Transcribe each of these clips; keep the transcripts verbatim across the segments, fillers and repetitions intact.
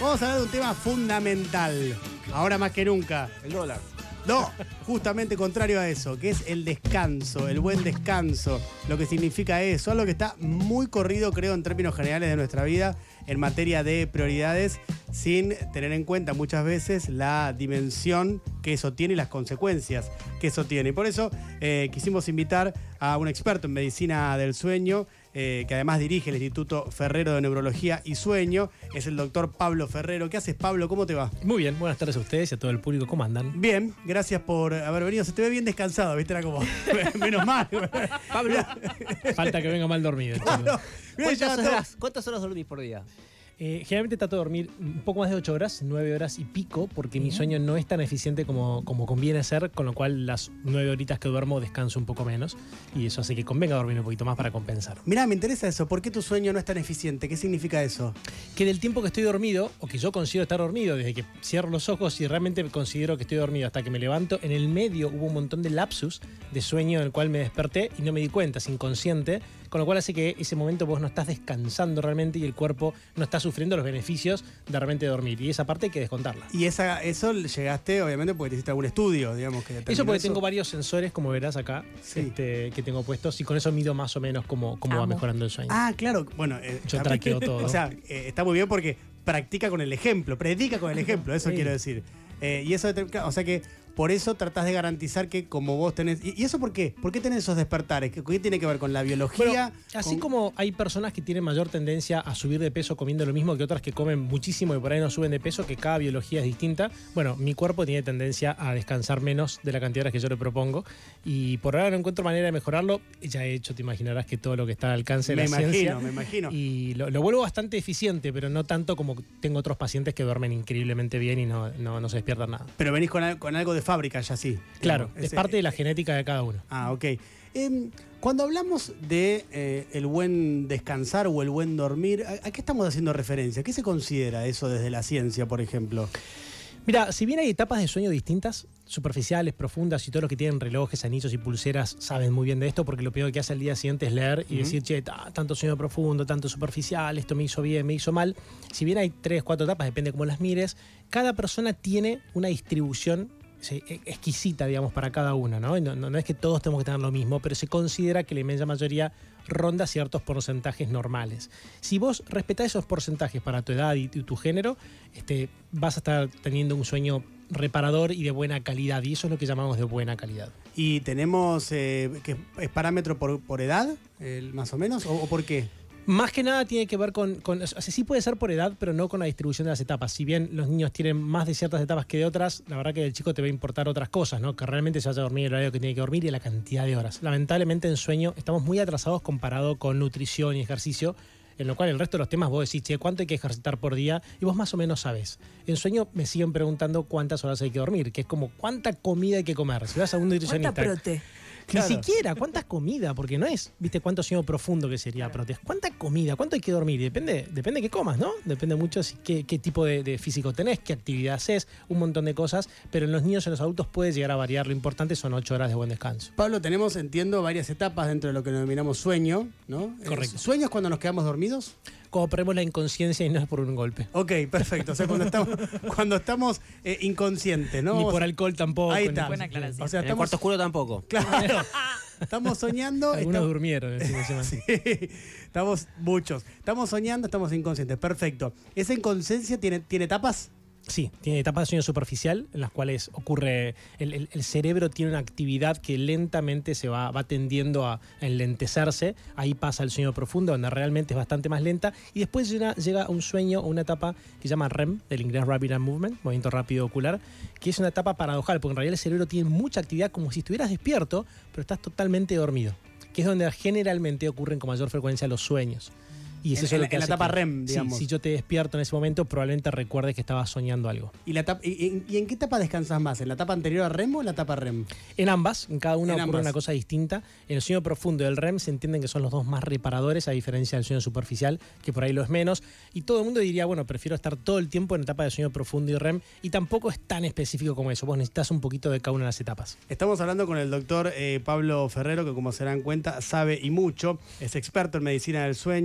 Vamos a hablar de un tema fundamental, ahora más que nunca. El dólar. No, justamente contrario a eso, que es el descanso, el buen descanso, lo que significa eso, algo que está muy corrido, creo, en términos generales de nuestra vida, en materia de prioridades, sin tener en cuenta muchas veces la dimensión que eso tiene y las consecuencias que eso tiene. Y por eso eh, quisimos invitar a un experto en medicina del sueño, eh, que además dirige el Instituto Ferrero de Neurología y Sueño, es el doctor Pablo Ferrero. ¿Qué haces, Pablo? ¿Cómo te va? Muy bien, buenas tardes a ustedes y a todo el público. ¿Cómo andan? Bien, gracias por haber venido. Se te ve bien descansado, ¿viste? Era como, menos mal. Pablo, falta que venga mal dormido. No, no. Mirá, ya ¿Cuántas todo- horas, ¿Cuántas horas dormís por día? Eh, generalmente trato de dormir un poco más de ocho horas, nueve horas y pico, porque mi sueño no es tan eficiente como, como conviene ser, con lo cual las nueve horitas que duermo descanso un poco menos y eso hace que convenga dormir un poquito más para compensar. Mirá, me interesa eso. ¿Por qué tu sueño no es tan eficiente? ¿Qué significa eso? Que del tiempo que estoy dormido, o que yo considero estar dormido, desde que cierro los ojos y realmente considero que estoy dormido hasta que me levanto, en el medio hubo un montón de lapsus de sueño en el cual me desperté y no me di cuenta, es inconsciente, con lo cual hace que ese momento vos no estás descansando realmente y el cuerpo no está sufriendo los beneficios de realmente dormir. Y esa parte hay que descontarla. Y esa, eso llegaste, obviamente, porque te hiciste algún estudio, digamos. Que Eso porque tengo varios sensores, como verás acá, Sí. este, que tengo puestos y con eso mido más o menos cómo, cómo va Amo. mejorando el sueño. Ah, claro. Bueno, eh, Yo también- traqueo todo. O sea, eh, está muy bien porque practica con el ejemplo, predica con el ejemplo, eso Sí. quiero decir. Eh, y eso, te- o sea que por eso tratás de garantizar que como vos tenés... ¿Y, y eso por qué? ¿Por qué tenés esos despertares? ¿Qué, qué tiene que ver con la biología? Bueno, así con- como hay personas que tienen mayor tendencia a subir de peso comiendo lo mismo que otras que comen muchísimo y por ahí no suben de peso, que cada biología es distinta, bueno, mi cuerpo tiene tendencia a descansar menos de la cantidad de horas que yo le propongo y por ahora no encuentro manera de mejorarlo. Ya he hecho, te imaginarás que todo lo que está al alcance de Me la imagino, ciencia. me imagino. Y lo, lo vuelvo bastante eficiente, pero no tanto como tengo otros pacientes que duermen increíblemente bien y no, no, no se despiertan nada. Pero venís con, al- con algo de fábrica ya sí. Claro, digamos. es Ese- parte de la genética de cada uno. Ah, ok. Em, cuando hablamos de eh, el buen descansar o el buen dormir, ¿a, a qué estamos haciendo referencia? ¿Qué se considera eso desde la ciencia, por ejemplo? Mira, si bien hay etapas de sueño distintas, superficiales, profundas, y todos los que tienen relojes, anillos y pulseras saben muy bien de esto, porque lo peor que hace al día siguiente es leer y Ujú. decir, che, ta- tanto sueño profundo, tanto superficial, esto me hizo bien, me hizo mal. Si bien hay tres, cuatro etapas, depende cómo las mires, cada persona tiene una distribución sí, e- exquisita, digamos, para cada uno, ¿no? Y No, no, no es que todos tenemos que tener lo mismo, pero se considera que la inmensa mayoría ronda ciertos porcentajes normales. Si vos respetás esos porcentajes para tu edad y tu, tu género, este, vas a estar teniendo un sueño reparador y de buena calidad, y eso es lo que llamamos de buena calidad. ¿Y tenemos, eh, que es parámetro por, por edad, el- más o menos, o, o por qué? Más que nada tiene que ver con, con- o sea, sí puede ser por edad, pero no con la distribución de las etapas. Si bien los niños tienen más de ciertas etapas que de otras, la verdad que el chico te va a importar otras cosas, ¿no? Que realmente se vaya a dormir el horario que tiene que dormir y la cantidad de horas. Lamentablemente en sueño estamos muy atrasados comparado con nutrición y ejercicio, en lo cual el resto de los temas vos decís, che, ¿cuánto hay que ejercitar por día? Y vos más o menos sabés. En sueño me siguen preguntando cuántas horas hay que dormir, que es como cuánta comida hay que comer. Si vas a un ¿Cuánta nutricionista... prote? Claro. Ni siquiera, ¿cuántas comida? Porque no es, viste, cuánto sueño profundo que sería, pero te- ¿cuánta comida? ¿Cuánto hay que dormir? Y depende, depende qué comas, ¿no? Depende mucho si, qué, qué tipo de, de físico tenés, qué actividad haces, un montón de cosas, pero en los niños y en los adultos puede llegar a variar. Lo importante son ocho horas de buen descanso. Pablo, tenemos, entiendo, varias etapas dentro de lo que denominamos sueño, ¿no? Correcto. Eh, ¿Sueños cuando nos quedamos dormidos? Como perdemos la inconsciencia y no es por un golpe. Ok, perfecto. O sea, cuando estamos, cuando estamos eh, inconscientes, ¿no? Ni O por sea, alcohol tampoco. Ahí ni- está. Buena aclaración. O sea, En el estamos, cuarto oscuro tampoco. claro, estamos soñando. Algunos estamos- durmieron el fin de semana. Sí, estamos muchos. Estamos soñando, estamos inconscientes. Perfecto. ¿Esa inconsciencia tiene, tiene etapas? Sí, tiene etapas de sueño superficial en las cuales ocurre, el, el- el cerebro tiene una actividad que lentamente se va, va tendiendo a enlentecerse, ahí pasa el sueño profundo donde realmente es bastante más lenta y después llega, llega a un sueño o una etapa que se llama R E M, del inglés Rapid Eye Movement, movimiento rápido ocular, que es una etapa paradojal porque en realidad el cerebro tiene mucha actividad como si estuvieras despierto, pero estás totalmente dormido, que es donde generalmente ocurren con mayor frecuencia los sueños. Y es En- eso en lo la- que en la hace etapa que- R E M, sí, digamos. si yo te despierto en ese momento, probablemente recuerdes que estabas soñando algo. ¿Y, la etapa- y, y- y en qué etapa descansas más? ¿En la etapa anterior a R E M o en la etapa R E M? En ambas, en cada una En ocurre ambas. una cosa distinta. En el sueño profundo y el R E M se entienden que son los dos más reparadores, a diferencia del sueño superficial, que por ahí lo es menos. Y todo el mundo diría, bueno, prefiero estar todo el tiempo en etapa de sueño profundo y R E M. Y tampoco es tan específico como eso. Vos necesitas un poquito de cada una de las etapas. Estamos hablando con el doctor eh, Pablo Ferrero, que como se dan cuenta sabe y mucho, es experto en medicina del sueño y medicina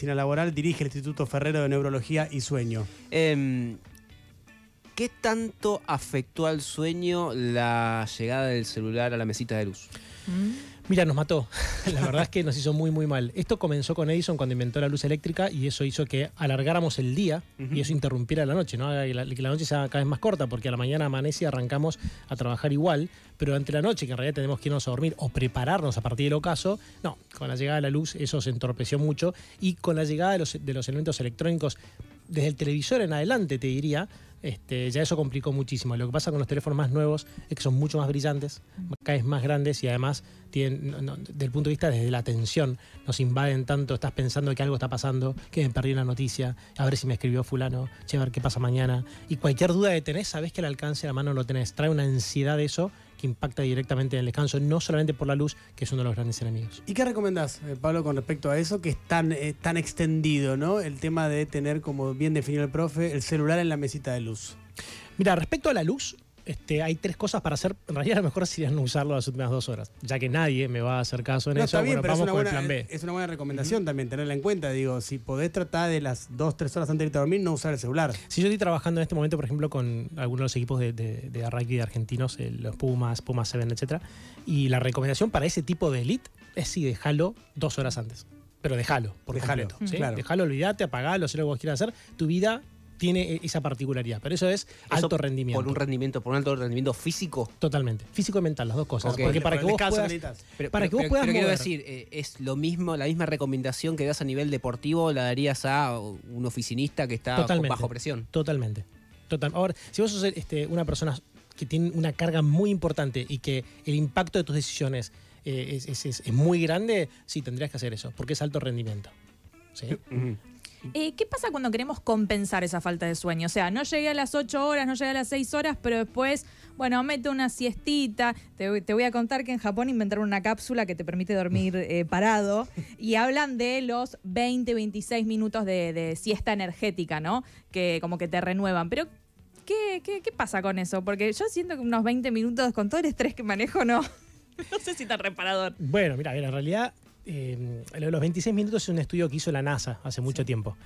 Medicina Laboral, dirige el Instituto Ferrero de Neurología y Sueño. Eh, ¿Qué tanto afectó al sueño la llegada del celular a la mesita de luz? Mira, nos mató. La verdad es que nos hizo muy, muy mal. Esto comenzó con Edison cuando inventó la luz eléctrica y eso hizo que alargáramos el día uh-huh. y eso interrumpiera la noche, ¿no? Que la, que la noche sea cada vez más corta, porque a la mañana amanece y arrancamos a trabajar igual, pero durante la noche, que en realidad tenemos que irnos a dormir o prepararnos a partir del ocaso, no, con la llegada de la luz eso se entorpeció mucho y con la llegada de los, de los elementos electrónicos, desde el televisor en adelante, te diría, Este, ya eso complicó muchísimo. Lo que pasa con los teléfonos más nuevos es que son mucho más brillantes, cada vez más grandes y además tienen, no, no, desde el punto de vista desde la atención, nos invaden tanto, estás pensando que algo está pasando, que me perdí una noticia, a ver si me escribió fulano, che, a ver qué pasa mañana. Y cualquier duda que tenés, sabés que al alcance de la mano lo tenés. Trae una ansiedad de eso que impacta directamente en el descanso, no solamente por la luz, que es uno de los grandes enemigos. ¿Y qué recomendás, eh, Pablo, con respecto a eso, que es tan, eh, tan extendido, ¿no? El tema de tener, como bien definió el profe, el celular en la mesita de luz. Mira, respecto a la luz, este, hay tres cosas para hacer. En realidad, a lo mejor sería no usarlo las últimas dos horas, ya que nadie me va a hacer caso en no, eso. Está bien, bueno, pero vamos es una, con buena, el plan B. es una buena recomendación uh-huh. también, tenerla en cuenta. Digo, si podés tratar de las dos, tres horas antes de irte a dormir, no usar el celular. Si yo estoy trabajando en este momento, por ejemplo, con algunos de los equipos de, de, de rugby argentinos, eh, los Pumas, Pumas siete, etcétera, y la recomendación para ese tipo de elite es sí, dejalo dos horas antes. Pero dejalo, por dejalo, completo. ¿sí? Claro. Dejalo, olvídate, apagalo, sé lo que vos quieras hacer. Tu vida tiene esa particularidad, pero eso es alto ¿Eso rendimiento. ¿Por un rendimiento, por un alto rendimiento físico? Totalmente. Físico y mental, las dos cosas. Okay. Porque para que vos puedas, pero, para pero, que vos pero, puedas pero quiero mover. decir, eh, es lo mismo, la misma recomendación que das a nivel deportivo, la darías a un oficinista que está Totalmente. bajo presión. Totalmente. Total. Ahora, si vos sos este, una persona que tiene una carga muy importante y que el impacto de tus decisiones eh, es, es, es, es muy grande, sí, tendrías que hacer eso, porque es alto rendimiento. ¿Sí? Uh-huh. Eh, ¿Qué pasa cuando queremos compensar esa falta de sueño? O sea, no llegué a las ocho horas, no llegué a las seis horas, pero después, bueno, meto una siestita. Te, te voy a contar que en Japón inventaron una cápsula que te permite dormir eh, parado y hablan de los veinte, veintiséis minutos de, de siesta energética, ¿no? Que como que te renuevan. Pero, ¿qué, qué, qué pasa con eso? Porque yo siento que unos veinte minutos con todo el estrés que manejo, no, no sé si tan reparador. Bueno, mira, en realidad... Eh, los veintiséis minutos es un estudio que hizo la NASA hace mucho sí. tiempo.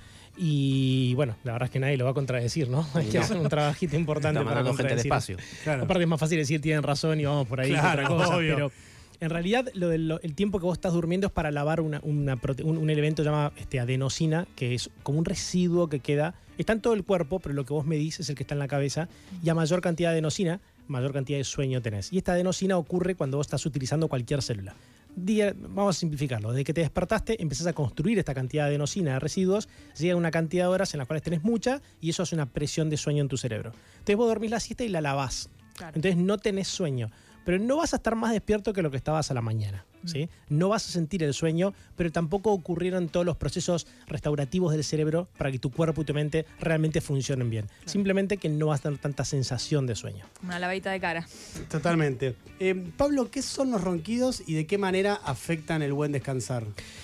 Y bueno, la verdad es que nadie lo va a contradecir, ¿no? Hay que hacer un trabajito importante para contradecir. Gente claro. Aparte es más fácil decir tienen razón y vamos por ahí. Claro, otra cosa, obvio. Pero en realidad lo del, lo, el tiempo que vos estás durmiendo es para lavar una, una prote- un, un elemento llamado este, adenosina, que es como un residuo que queda, está en todo el cuerpo, pero lo que vos medís es el que está en la cabeza, y a mayor cantidad de adenosina, mayor cantidad de sueño tenés. Y esta adenosina ocurre cuando vos estás utilizando cualquier célula. Día, vamos a simplificarlo. Desde que te despertaste, empezás a construir esta cantidad de adenosina de residuos, llega una cantidad de horas en las cuales tenés mucha y eso hace una presión de sueño en tu cerebro. Entonces vos dormís la siesta y la lavás. Claro. Entonces no tenés sueño. Pero no vas a estar más despierto que lo que estabas a la mañana. ¿sí? No vas a sentir el sueño, pero tampoco ocurrieron todos los procesos restaurativos del cerebro para que tu cuerpo y tu mente realmente funcionen bien. Claro. Simplemente que no vas a tener tanta sensación de sueño. Una lavadita de cara. Totalmente. Eh, Pablo, ¿qué son los ronquidos y de qué manera afectan el buen descansar?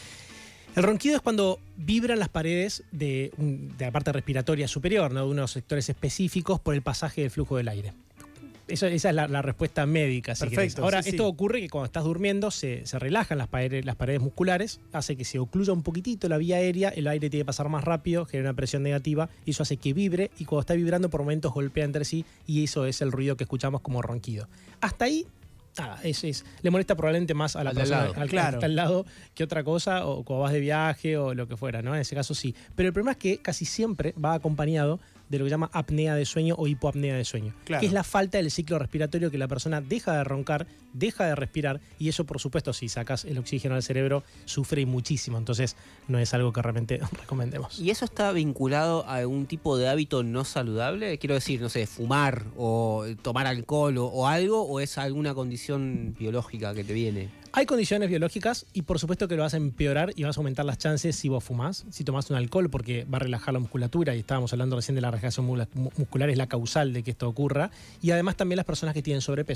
El ronquido es cuando vibran las paredes de, de la parte respiratoria superior, ¿no? De unos sectores específicos por el pasaje del flujo del aire. Eso, esa es la, la respuesta médica. Si Perfecto. Ahora, sí, esto sí. ocurre que cuando estás durmiendo se, se relajan las paredes, las paredes musculares, hace que se ocluya un poquitito la vía aérea, el aire tiene que pasar más rápido, genera una presión negativa, y eso hace que vibre, y cuando está vibrando por momentos golpea entre sí, y eso es el ruido que escuchamos como ronquido. Hasta ahí, nada, es, es, le molesta probablemente más a la al persona al al, claro. que está al lado que otra cosa, o cuando vas de viaje o lo que fuera, ¿no? En ese caso sí. Pero el problema es que casi siempre va acompañado de lo que se llama apnea de sueño o hipoapnea de sueño, claro. que es la falta del ciclo respiratorio, que la persona deja de roncar, deja de respirar, y eso, por supuesto, si sacas el oxígeno al cerebro, sufre muchísimo. Entonces, no es algo que realmente recomendemos. ¿Y eso está vinculado a algún tipo de hábito no saludable? Quiero decir, no sé, fumar o tomar alcohol o, o algo, ¿o es alguna condición biológica que te viene? Hay condiciones biológicas y por supuesto que lo vas a empeorar y vas a aumentar las chances si vos fumás, si tomás un alcohol, porque va a relajar la musculatura, y estábamos hablando recién de la relajación muscular, es la causal de que esto ocurra, y además también las personas que tienen sobrepeso.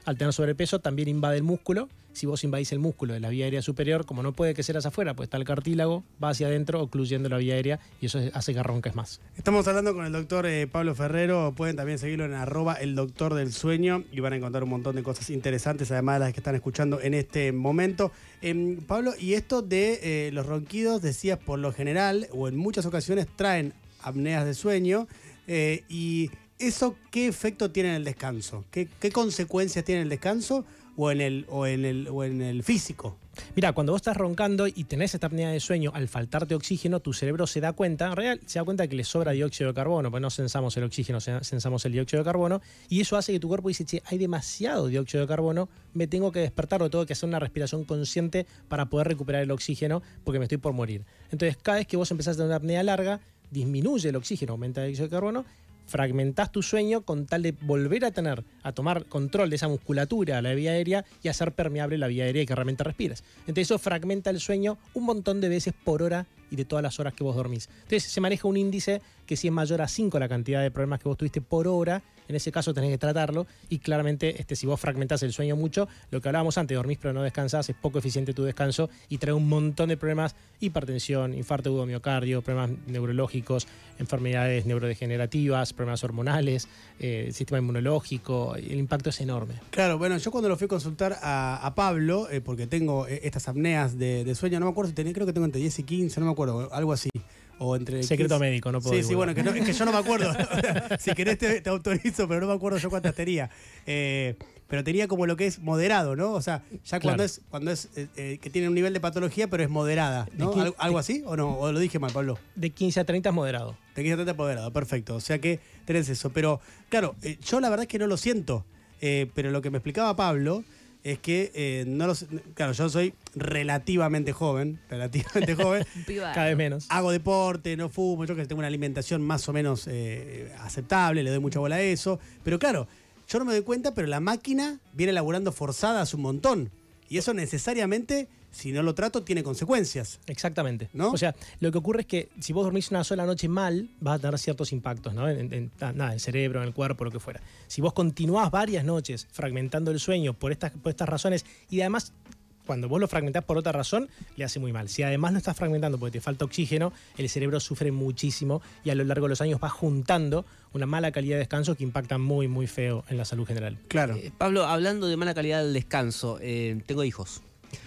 al tener sobrepeso también invade el músculo. Si vos invadís el músculo de la vía aérea superior, como no puede crecer hacia afuera, pues está el cartílago, va hacia adentro, ocluyendo la vía aérea, y eso hace que ronques más. Estamos hablando con el doctor eh, Pablo Ferrero. Pueden también seguirlo en arroba el doctor del sueño y van a encontrar un montón de cosas interesantes, además de las que están escuchando en este momento. Eh, Pablo, y esto de eh, los ronquidos, decías, por lo general, o en muchas ocasiones, traen apneas de sueño. Eh, y ¿eso qué efecto tiene en el descanso? ¿Qué, qué consecuencias tiene el descanso o en el, o en el, o en el físico? Mira, cuando vos estás roncando y tenés esta apnea de sueño, al faltarte oxígeno, tu cerebro se da cuenta, en realidad se da cuenta que le sobra dióxido de carbono, pues no sensamos el oxígeno, sensamos el dióxido de carbono, y eso hace que tu cuerpo dice, che, hay demasiado dióxido de carbono, me tengo que despertar o tengo que hacer una respiración consciente para poder recuperar el oxígeno porque me estoy por morir. Entonces, cada vez que vos empezás a tener una apnea larga, disminuye el oxígeno, aumenta el dióxido de carbono, fragmentás tu sueño con tal de volver a tener, a tomar control de esa musculatura, la vía aérea, y hacer permeable la vía aérea y que realmente respires. Entonces eso fragmenta el sueño un montón de veces por hora y de todas las horas que vos dormís. Entonces se maneja un índice que si es mayor a cinco la cantidad de problemas que vos tuviste por hora, en ese caso tenés que tratarlo, y claramente este, si vos fragmentás el sueño mucho, lo que hablábamos antes, dormís pero no descansás, es poco eficiente tu descanso y trae un montón de problemas: hipertensión, infarto agudo de miocardio, problemas neurológicos, enfermedades neurodegenerativas, problemas hormonales, eh, sistema inmunológico. El impacto es enorme. Claro, bueno, yo cuando lo fui a consultar a, a Pablo, eh, porque tengo eh, estas apneas de, de sueño, no me acuerdo si tenía, creo que tengo entre diez y quince, no me acuerdo, algo así. O entre Secreto quince. Médico, no puedo Sí, sí, divulgar. bueno, que, no, que yo no me acuerdo. Si querés te, te autorizo, pero no me acuerdo yo cuántas tenía. Eh, pero tenía como lo que es moderado, ¿no? O sea, ya cuando Claro. es, cuando es eh, eh, que tiene un nivel de patología, pero es moderada, ¿no? De quin- ¿Algo, algo así o no? ¿O lo dije mal, Pablo? De quince a treinta es moderado. De quince a treinta moderado, perfecto. O sea que tenés eso. Pero, claro, eh, yo la verdad es que no lo siento. Eh, pero lo que me explicaba Pablo es que eh, no lo sé- claro, yo soy relativamente joven, relativamente joven. Piba. Cada vez menos. Hago deporte, no fumo, yo que tengo una alimentación más o menos eh, aceptable, le doy mucha bola a eso. Pero claro, yo no me doy cuenta, pero la máquina viene laburando forzada hace un montón. Y eso necesariamente, si no lo trato, tiene consecuencias. Exactamente. ¿No? O sea, lo que ocurre es que si vos dormís una sola noche mal, vas a tener ciertos impactos, ¿no? En, en- nada, en el cerebro, en el cuerpo, lo que fuera. Si vos continuás varias noches fragmentando el sueño por estas, por estas razones, y además, cuando vos lo fragmentás por otra razón, le hace muy mal. Si además lo estás fragmentando porque te falta oxígeno, el cerebro sufre muchísimo y a lo largo de los años va juntando una mala calidad de descanso que impacta muy, muy feo en la salud general. Claro. Eh, Pablo, hablando de mala calidad del descanso, eh, tengo hijos.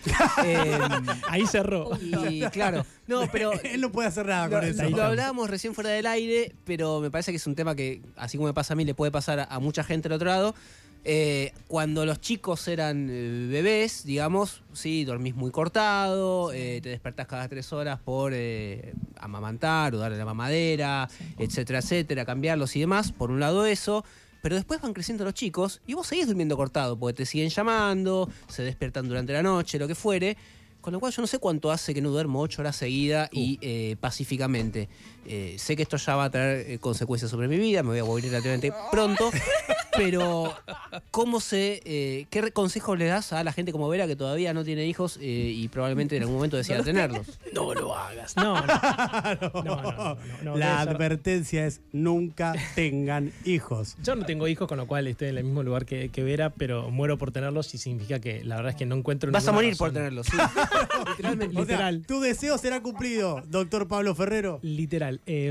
Eh, Ahí cerró. y claro, no, pero Él no puede hacer nada con lo, eso. lo hablábamos recién fuera del aire, pero me parece que es un tema que, así como me pasa a mí, le puede pasar a, a mucha gente del otro lado. Eh, cuando los chicos eran eh, bebés, digamos, sí, dormís muy cortado, eh, te despertás cada tres horas por eh, amamantar o darle la mamadera, etcétera, etcétera, cambiarlos y demás. Por un lado eso, pero después van creciendo los chicos y vos seguís durmiendo cortado porque te siguen llamando, se despiertan durante la noche, lo que fuere. Con lo cual yo no sé cuánto hace que no duermo ocho horas seguidas y eh, pacíficamente. Eh, sé que esto ya va a traer eh, consecuencias sobre mi vida, me voy a morir relativamente pronto, pero ¿cómo se, eh, qué re- consejos le das a la gente como Vera que todavía no tiene hijos eh, y probablemente en algún momento decida tenerlos? No lo hagas. No, no. No, no, no, no, no, La debe ser- advertencia es nunca tengan hijos. Yo no tengo hijos, con lo cual estoy en el mismo lugar que, que Vera, pero muero por tenerlos y significa que la verdad es que no encuentro Vas a ninguna morir razón. por tenerlos, sí. Literalmente. O sea, Literal. tu deseo será cumplido, doctor Pablo Ferrero. Literal. Eh,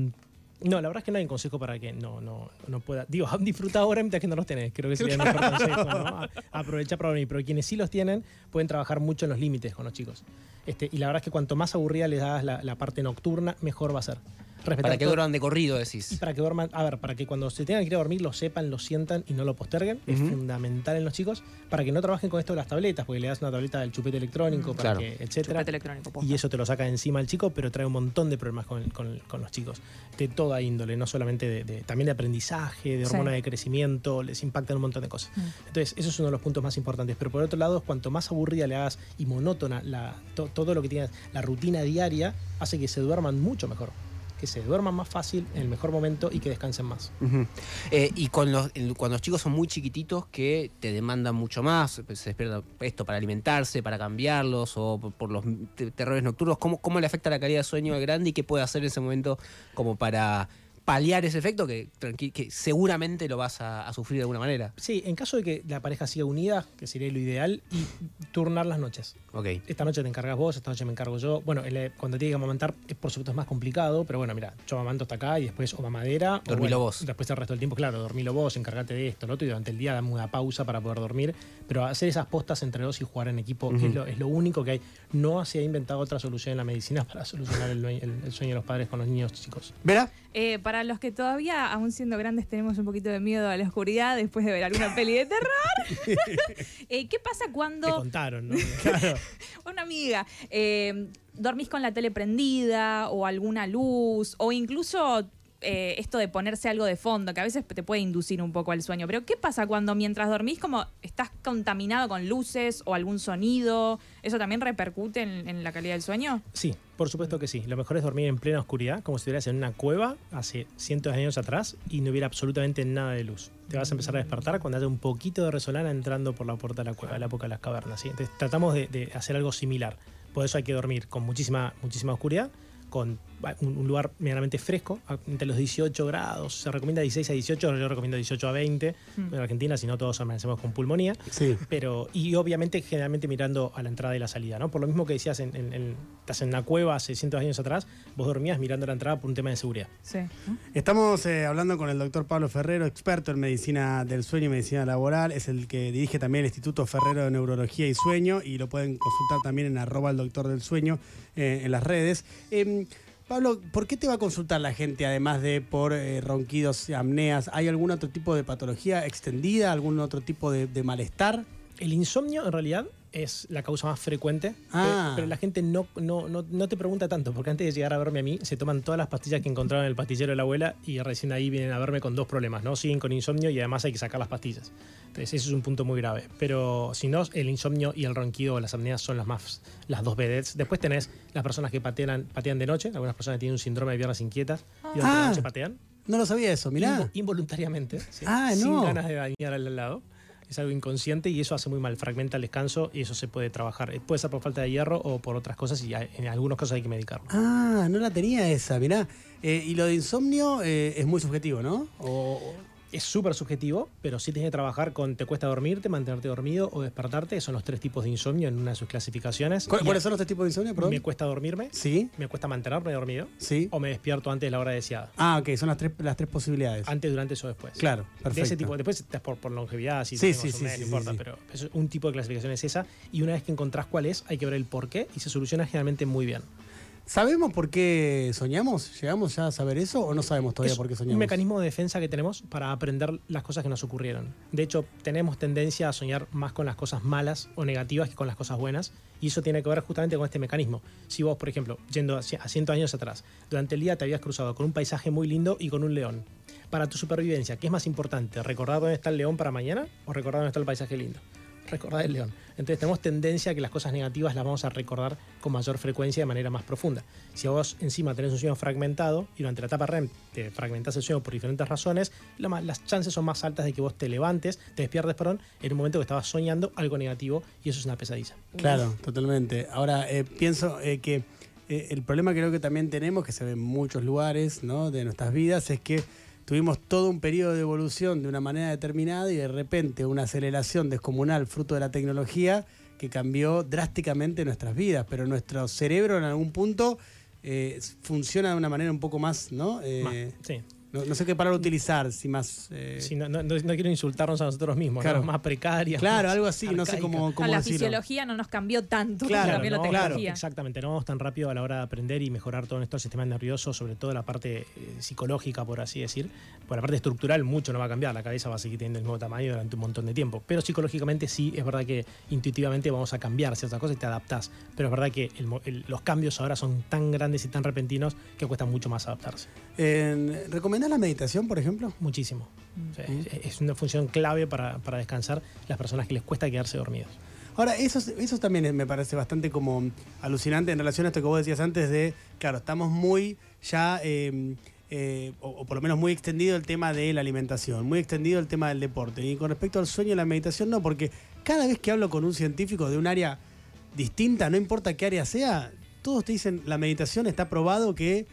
no, la verdad es que no hay un consejo para que no, no, no pueda. Digo, disfruta ahora mientras que no los tenés. Creo que sería el mejor consejo, ¿no? A- Aprovecha para dormir. Pero quienes sí los tienen pueden trabajar mucho en los límites con los chicos. Este, y la verdad es que cuanto más aburrida les das la, la parte nocturna, mejor va a ser. Respetar Para que todo- duerman de corrido, Y decís. para que duerman, a ver, para que cuando se tengan que ir a dormir lo sepan, lo sientan y no lo posterguen, es Ujú. fundamental en los chicos, para que no trabajen con esto de las tabletas, porque le das una tableta del chupete electrónico, para Claro. que, etcétera. Chupete electrónico, posta. Y eso te lo saca de encima el chico, pero trae un montón de problemas con, con- con los chicos. De toda índole, no solamente de, de- también de aprendizaje, de Sí. hormona de crecimiento, les impactan un montón de cosas. Mm. Entonces, eso es uno de los puntos más importantes. Pero por otro lado, cuanto más aburrida le hagas y monótona la, to- todo lo que tienes, la rutina diaria, hace que se duerman mucho mejor. Que se duerman más fácil, en el mejor momento y que descansen más. Ujú. Eh, y con los, el- cuando los chicos son muy chiquititos que te demandan mucho más, pues, se despierta esto para alimentarse, para cambiarlos o por, por los te- terrores nocturnos, ¿cómo, ¿cómo le afecta la calidad de sueño al grande y qué puede hacer en ese momento como para paliar ese efecto que, tranqui- que seguramente lo vas a, a sufrir de alguna manera. Sí, en caso de que la pareja siga unida, que sería lo ideal, y turnar las noches. Ok. Esta noche te encargas vos, esta noche me encargo yo. Bueno, el- cuando tiene que amamantar, es, por supuesto es más complicado, pero bueno, mira, yo amamanto hasta acá y después o mamadera. o Dormilo bueno, vos. Después el resto del tiempo, claro, dormilo vos, encargate de esto, lo otro, y durante el día dame una pausa para poder dormir. Pero hacer esas postas entre dos y jugar en equipo Ujú. es, lo, es lo único que hay. No se ha inventado otra solución en la medicina para solucionar el, el- el sueño de los padres con los niños chicos. ¿Verá? Eh, para los que todavía, aún siendo grandes, tenemos un poquito de miedo a la oscuridad después de ver alguna peli de terror, eh, ¿qué pasa Te cuando contaron, ¿no? Claro. una amiga eh, dormís con la tele prendida o alguna luz o incluso eh, esto de ponerse algo de fondo, que a veces te puede inducir un poco al sueño? Pero ¿qué pasa cuando mientras dormís como estás contaminado con luces o algún sonido? ¿Eso también repercute en, en la calidad del sueño? Sí, por supuesto que sí. Lo mejor es dormir en plena oscuridad, como si estuvieras en una cueva hace cientos de años atrás y no hubiera absolutamente nada de luz. Te vas a empezar a despertar cuando haya un poquito de resolana entrando por la puerta de la cueva, de la época de las cavernas. ¿sí? Entonces tratamos de, de hacer algo similar. Por eso hay que dormir con muchísima, muchísima oscuridad, con un, un lugar medianamente fresco, a- entre los dieciocho grados. Se recomienda dieciséis a dieciocho, yo recomiendo dieciocho a veinte. Mm. En Argentina, si no todos amanecemos con pulmonía. Sí. Pero, y obviamente, generalmente mirando a la entrada y la salida, ¿no? Por lo mismo que decías, en, en- en- estás en una cueva hace cientos de años atrás, vos dormías mirando la entrada por un tema de seguridad. Sí. Estamos eh, hablando con el doctor Pablo Ferrero, experto en medicina del sueño y medicina laboral. Es el que dirige también el Instituto Ferrero de Neurología y Sueño y lo pueden consultar también en arroba el doctor del sueño eh, en las redes. Eh, Pablo, ¿por qué te va a consultar la gente además de por eh, ronquidos, apneas? ¿Hay algún otro tipo de patología extendida, algún otro tipo de, de malestar? El insomnio, en realidad, es la causa más frecuente, Ah. pe- pero la gente no, no, no, no te pregunta tanto, porque antes de llegar a verme a mí, se toman todas las pastillas que encontraron en el pastillero de la abuela y recién ahí vienen a verme con dos problemas, ¿no? Siguen con insomnio y además hay que sacar las pastillas. Entonces, eso es un punto muy grave. Pero si no, el insomnio y el ronquido o las apneas son las más las dos vedettes. Después tenés las personas que patean, patean de noche, algunas personas que tienen un síndrome de piernas inquietas y durante Ah. la noche patean. No lo sabía eso, mirá. Invo- involuntariamente, ¿sí? Ah, sin no. ganas de dañar al lado. Es algo inconsciente y eso hace muy mal, fragmenta el descanso y eso se puede trabajar. Eh, Puede ser por falta de hierro o por otras cosas y hay- en algunos casos hay que medicarlo. Ah, no la tenía esa, mirá. Eh, y lo de insomnio eh, es muy subjetivo, ¿no? O, Es súper subjetivo, pero sí tienes que trabajar con te cuesta dormirte, mantenerte dormido o despertarte. Son los tres tipos de insomnio en una de sus clasificaciones. ¿Cu- Y ¿Cuáles son los tres tipos de insomnio, perdón? Me cuesta dormirme, Sí, me cuesta mantenerme dormido sí. o me despierto antes de la hora deseada. Ah, ok, son las tres, las tres posibilidades. Antes, durante o después. Claro, De perfecto. ese tipo, después estás por, por longevidad, si Sí, tengo sí, Alzheimer, sí, no sí, importa, sí. pero eso, un tipo de clasificación es esa. Y una vez que encontrás cuál es, hay que ver el por qué y se soluciona generalmente muy bien. ¿Sabemos por qué soñamos? ¿Llegamos ya a saber eso o no sabemos todavía Es por qué un soñamos? mecanismo de defensa que tenemos para aprender las cosas que nos ocurrieron. De hecho, tenemos tendencia a soñar más con las cosas malas o negativas que con las cosas buenas. Y eso tiene que ver justamente con este mecanismo. Si vos, por ejemplo, yendo a cientos años atrás, durante el día te habías cruzado con un paisaje muy lindo y con un león. Para tu supervivencia, ¿qué es más importante? ¿Recordar dónde está el león para mañana o recordar dónde está el paisaje lindo? Recordar el león. Entonces tenemos tendencia a que las cosas negativas las vamos a recordar con mayor frecuencia de manera más profunda. Si a vos encima tenés un sueño fragmentado y durante la etapa R E M te fragmentás el sueño por diferentes razones, lo más- las chances son más altas de que vos te levantes, te despiertes, perdón, en un momento que estabas soñando algo negativo y eso es una pesadilla. Claro, totalmente. Ahora, eh, pienso eh, que eh, el problema que creo que también tenemos, que se ve en muchos lugares, ¿no?, de nuestras vidas, es que tuvimos todo un periodo de evolución de una manera determinada y de repente una aceleración descomunal fruto de la tecnología que cambió drásticamente nuestras vidas, pero nuestro cerebro en algún punto eh, funciona de una manera un poco más, ¿no? Eh, Más, sí. no, no sé qué palabra utilizar, si más... eh, Sí, no, no- no- no quiero insultarnos a nosotros mismos, Claro. ¿no? Más precarias. claro, más algo así, no sé arcaicas. cómo, No, cómo la decirlo. fisiología no nos cambió tanto, Claro, cambió la no, tecnología. Exactamente, no vamos tan rápido a la hora de aprender y mejorar todo nuestro sistema nervioso, sobre todo la parte eh, psicológica, por así decir. Por la parte estructural mucho no va a cambiar, la cabeza va a seguir teniendo el mismo tamaño durante un montón de tiempo. Pero psicológicamente sí, es verdad que intuitivamente vamos a cambiar ciertas cosas y te adaptás. Pero es verdad que el mo- el- los cambios ahora son tan grandes y tan repentinos que cuesta mucho más adaptarse. Eh, ¿Recomendás la meditación, por ejemplo? Muchísimo. O sea, Mm. es, es una función clave para, para descansar las personas que les cuesta quedarse dormidos. Ahora, eso, eso también me parece bastante como alucinante en relación a esto que vos decías antes de, claro, estamos muy ya, eh, eh, o, o por lo menos muy extendido el tema de la alimentación, muy extendido el tema del deporte. Y con respecto al sueño y la meditación, no, porque cada vez que hablo con un científico de un área distinta, no importa qué área sea, todos te dicen, la meditación está probado que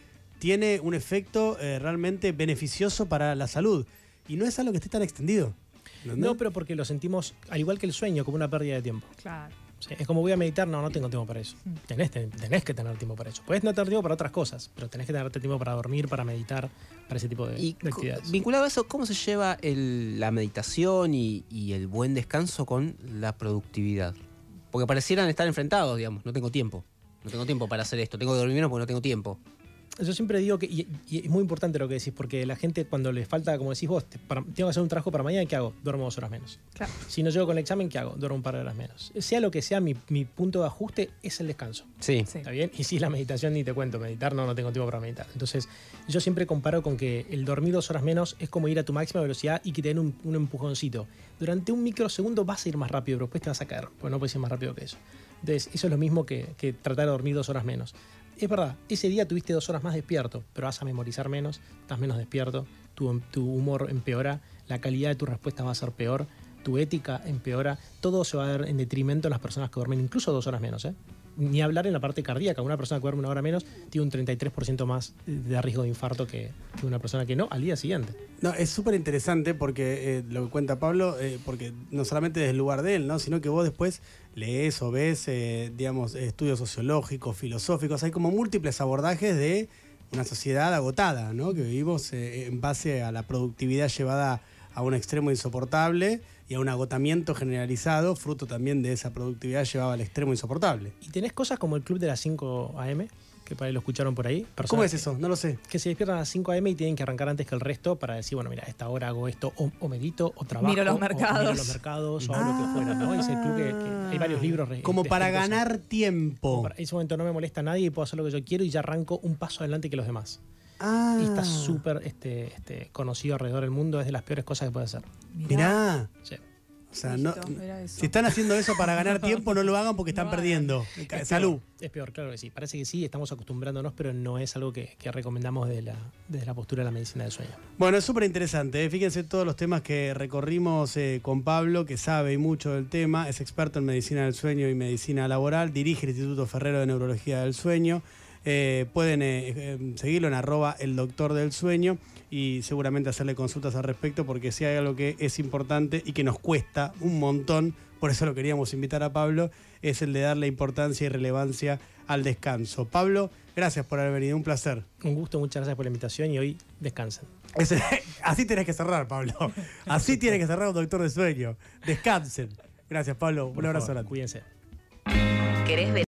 tiene un efecto eh, realmente beneficioso para la salud. Y no es algo que esté tan extendido. ¿Entendés? No, pero porque lo sentimos, al igual que el sueño, como una pérdida de tiempo. Claro. Sí, es como voy a meditar, no, no tengo tiempo para eso. Tenés, tenés que tener tiempo para eso. Puedes no tener tiempo para otras cosas, pero tenés que tener tiempo para dormir, para meditar, para ese tipo de, Y de actividades. vinculado a eso, ¿cómo se lleva el- la meditación y, y el buen descanso con la productividad? Porque parecieran estar enfrentados, digamos. No tengo tiempo. No tengo tiempo para hacer esto. Tengo que dormir menos porque no tengo tiempo. Yo siempre digo que, y, y es muy importante lo que decís, porque la gente cuando le falta, como decís vos, te- para- tengo que hacer un trabajo para mañana, ¿qué hago? Duermo dos horas menos. Claro. Si no llego con el examen, ¿qué hago? Duermo un par de horas menos. Sea lo que sea, mi, mi punto de ajuste es el descanso. Sí. Sí. ¿Está bien? Y si la meditación ni te cuento, meditar no, no tengo tiempo para meditar. Entonces, yo siempre comparo con que el dormir dos horas menos es como ir a tu máxima velocidad y que te den un, un empujoncito. Durante un microsegundo vas a ir más rápido, pero después te vas a caer, porque no puedes ir más rápido que eso. Entonces, eso es lo mismo que, que tratar de dormir dos horas menos. Es verdad, ese día tuviste dos horas más despierto, pero vas a memorizar menos, estás menos despierto, tu, tu humor empeora, la calidad de tus respuestas va a ser peor, tu ética empeora, todo se va a ver en detrimento de las personas que duermen incluso dos horas menos, ¿eh? Ni hablar en la parte cardíaca, una persona que duerme una hora menos tiene un treinta y tres por ciento más de riesgo de infarto que, que una persona que no al día siguiente. No, es súper interesante porque eh, lo que cuenta Pablo, eh, porque no solamente desde el lugar de él, ¿no? Sino que vos después lees o ves, eh, digamos, estudios sociológicos, filosóficos, hay como múltiples abordajes de una sociedad agotada, ¿no? Que vivimos eh, en base a la productividad llevada a un extremo insoportable y a un agotamiento generalizado, fruto también de esa productividad llevada al extremo insoportable. Y tenés cosas como el club de las cinco a eme, que por ahí lo escucharon por ahí. ¿Cómo Personas es eso? No lo sé. que se despiertan a las cinco a eme y tienen que arrancar antes que el resto para decir, bueno, mira, a esta hora hago esto, o, o medito, o trabajo, Miro los o mercados. miro los mercados, o hago lo que fuera, ¿no? Es el club que, que hay varios libros. re- Como para descritos. ganar tiempo. Como para- en ese momento no me molesta a nadie y puedo hacer lo que yo quiero y ya arranco un paso adelante que los demás. Ah. Y está súper este, este, conocido alrededor del mundo, es de las peores cosas que puede hacer. Mirá. Sí. O sea, no, Hijito, era eso. si están haciendo eso para ganar tiempo, no lo hagan porque están No hagan. perdiendo. Es Salud. peor, es peor, claro que sí. Parece que sí, estamos acostumbrándonos, pero no es algo que, que recomendamos desde la, desde la postura de la medicina del sueño. Bueno, es súper interesante. ¿eh? Fíjense todos los temas que recorrimos eh, con Pablo, que sabe y mucho del tema. Es experto en medicina del sueño y medicina laboral. Dirige el Instituto Ferrero de Neurología del Sueño. Eh, pueden eh, eh, seguirlo en arroba el doctor del sueño y seguramente hacerle consultas al respecto, porque si hay algo que es importante y que nos cuesta un montón, por eso lo queríamos invitar a Pablo, es el de darle importancia y relevancia al descanso. Pablo, gracias por haber venido, un placer. Un gusto, muchas gracias por la invitación y hoy descansen. Ese- así tenés que cerrar, Pablo. Así tiene que cerrar un doctor de sueño. Descansen. Gracias, Pablo. Un Por abrazo favor, grande. cuídense. ¿Querés ver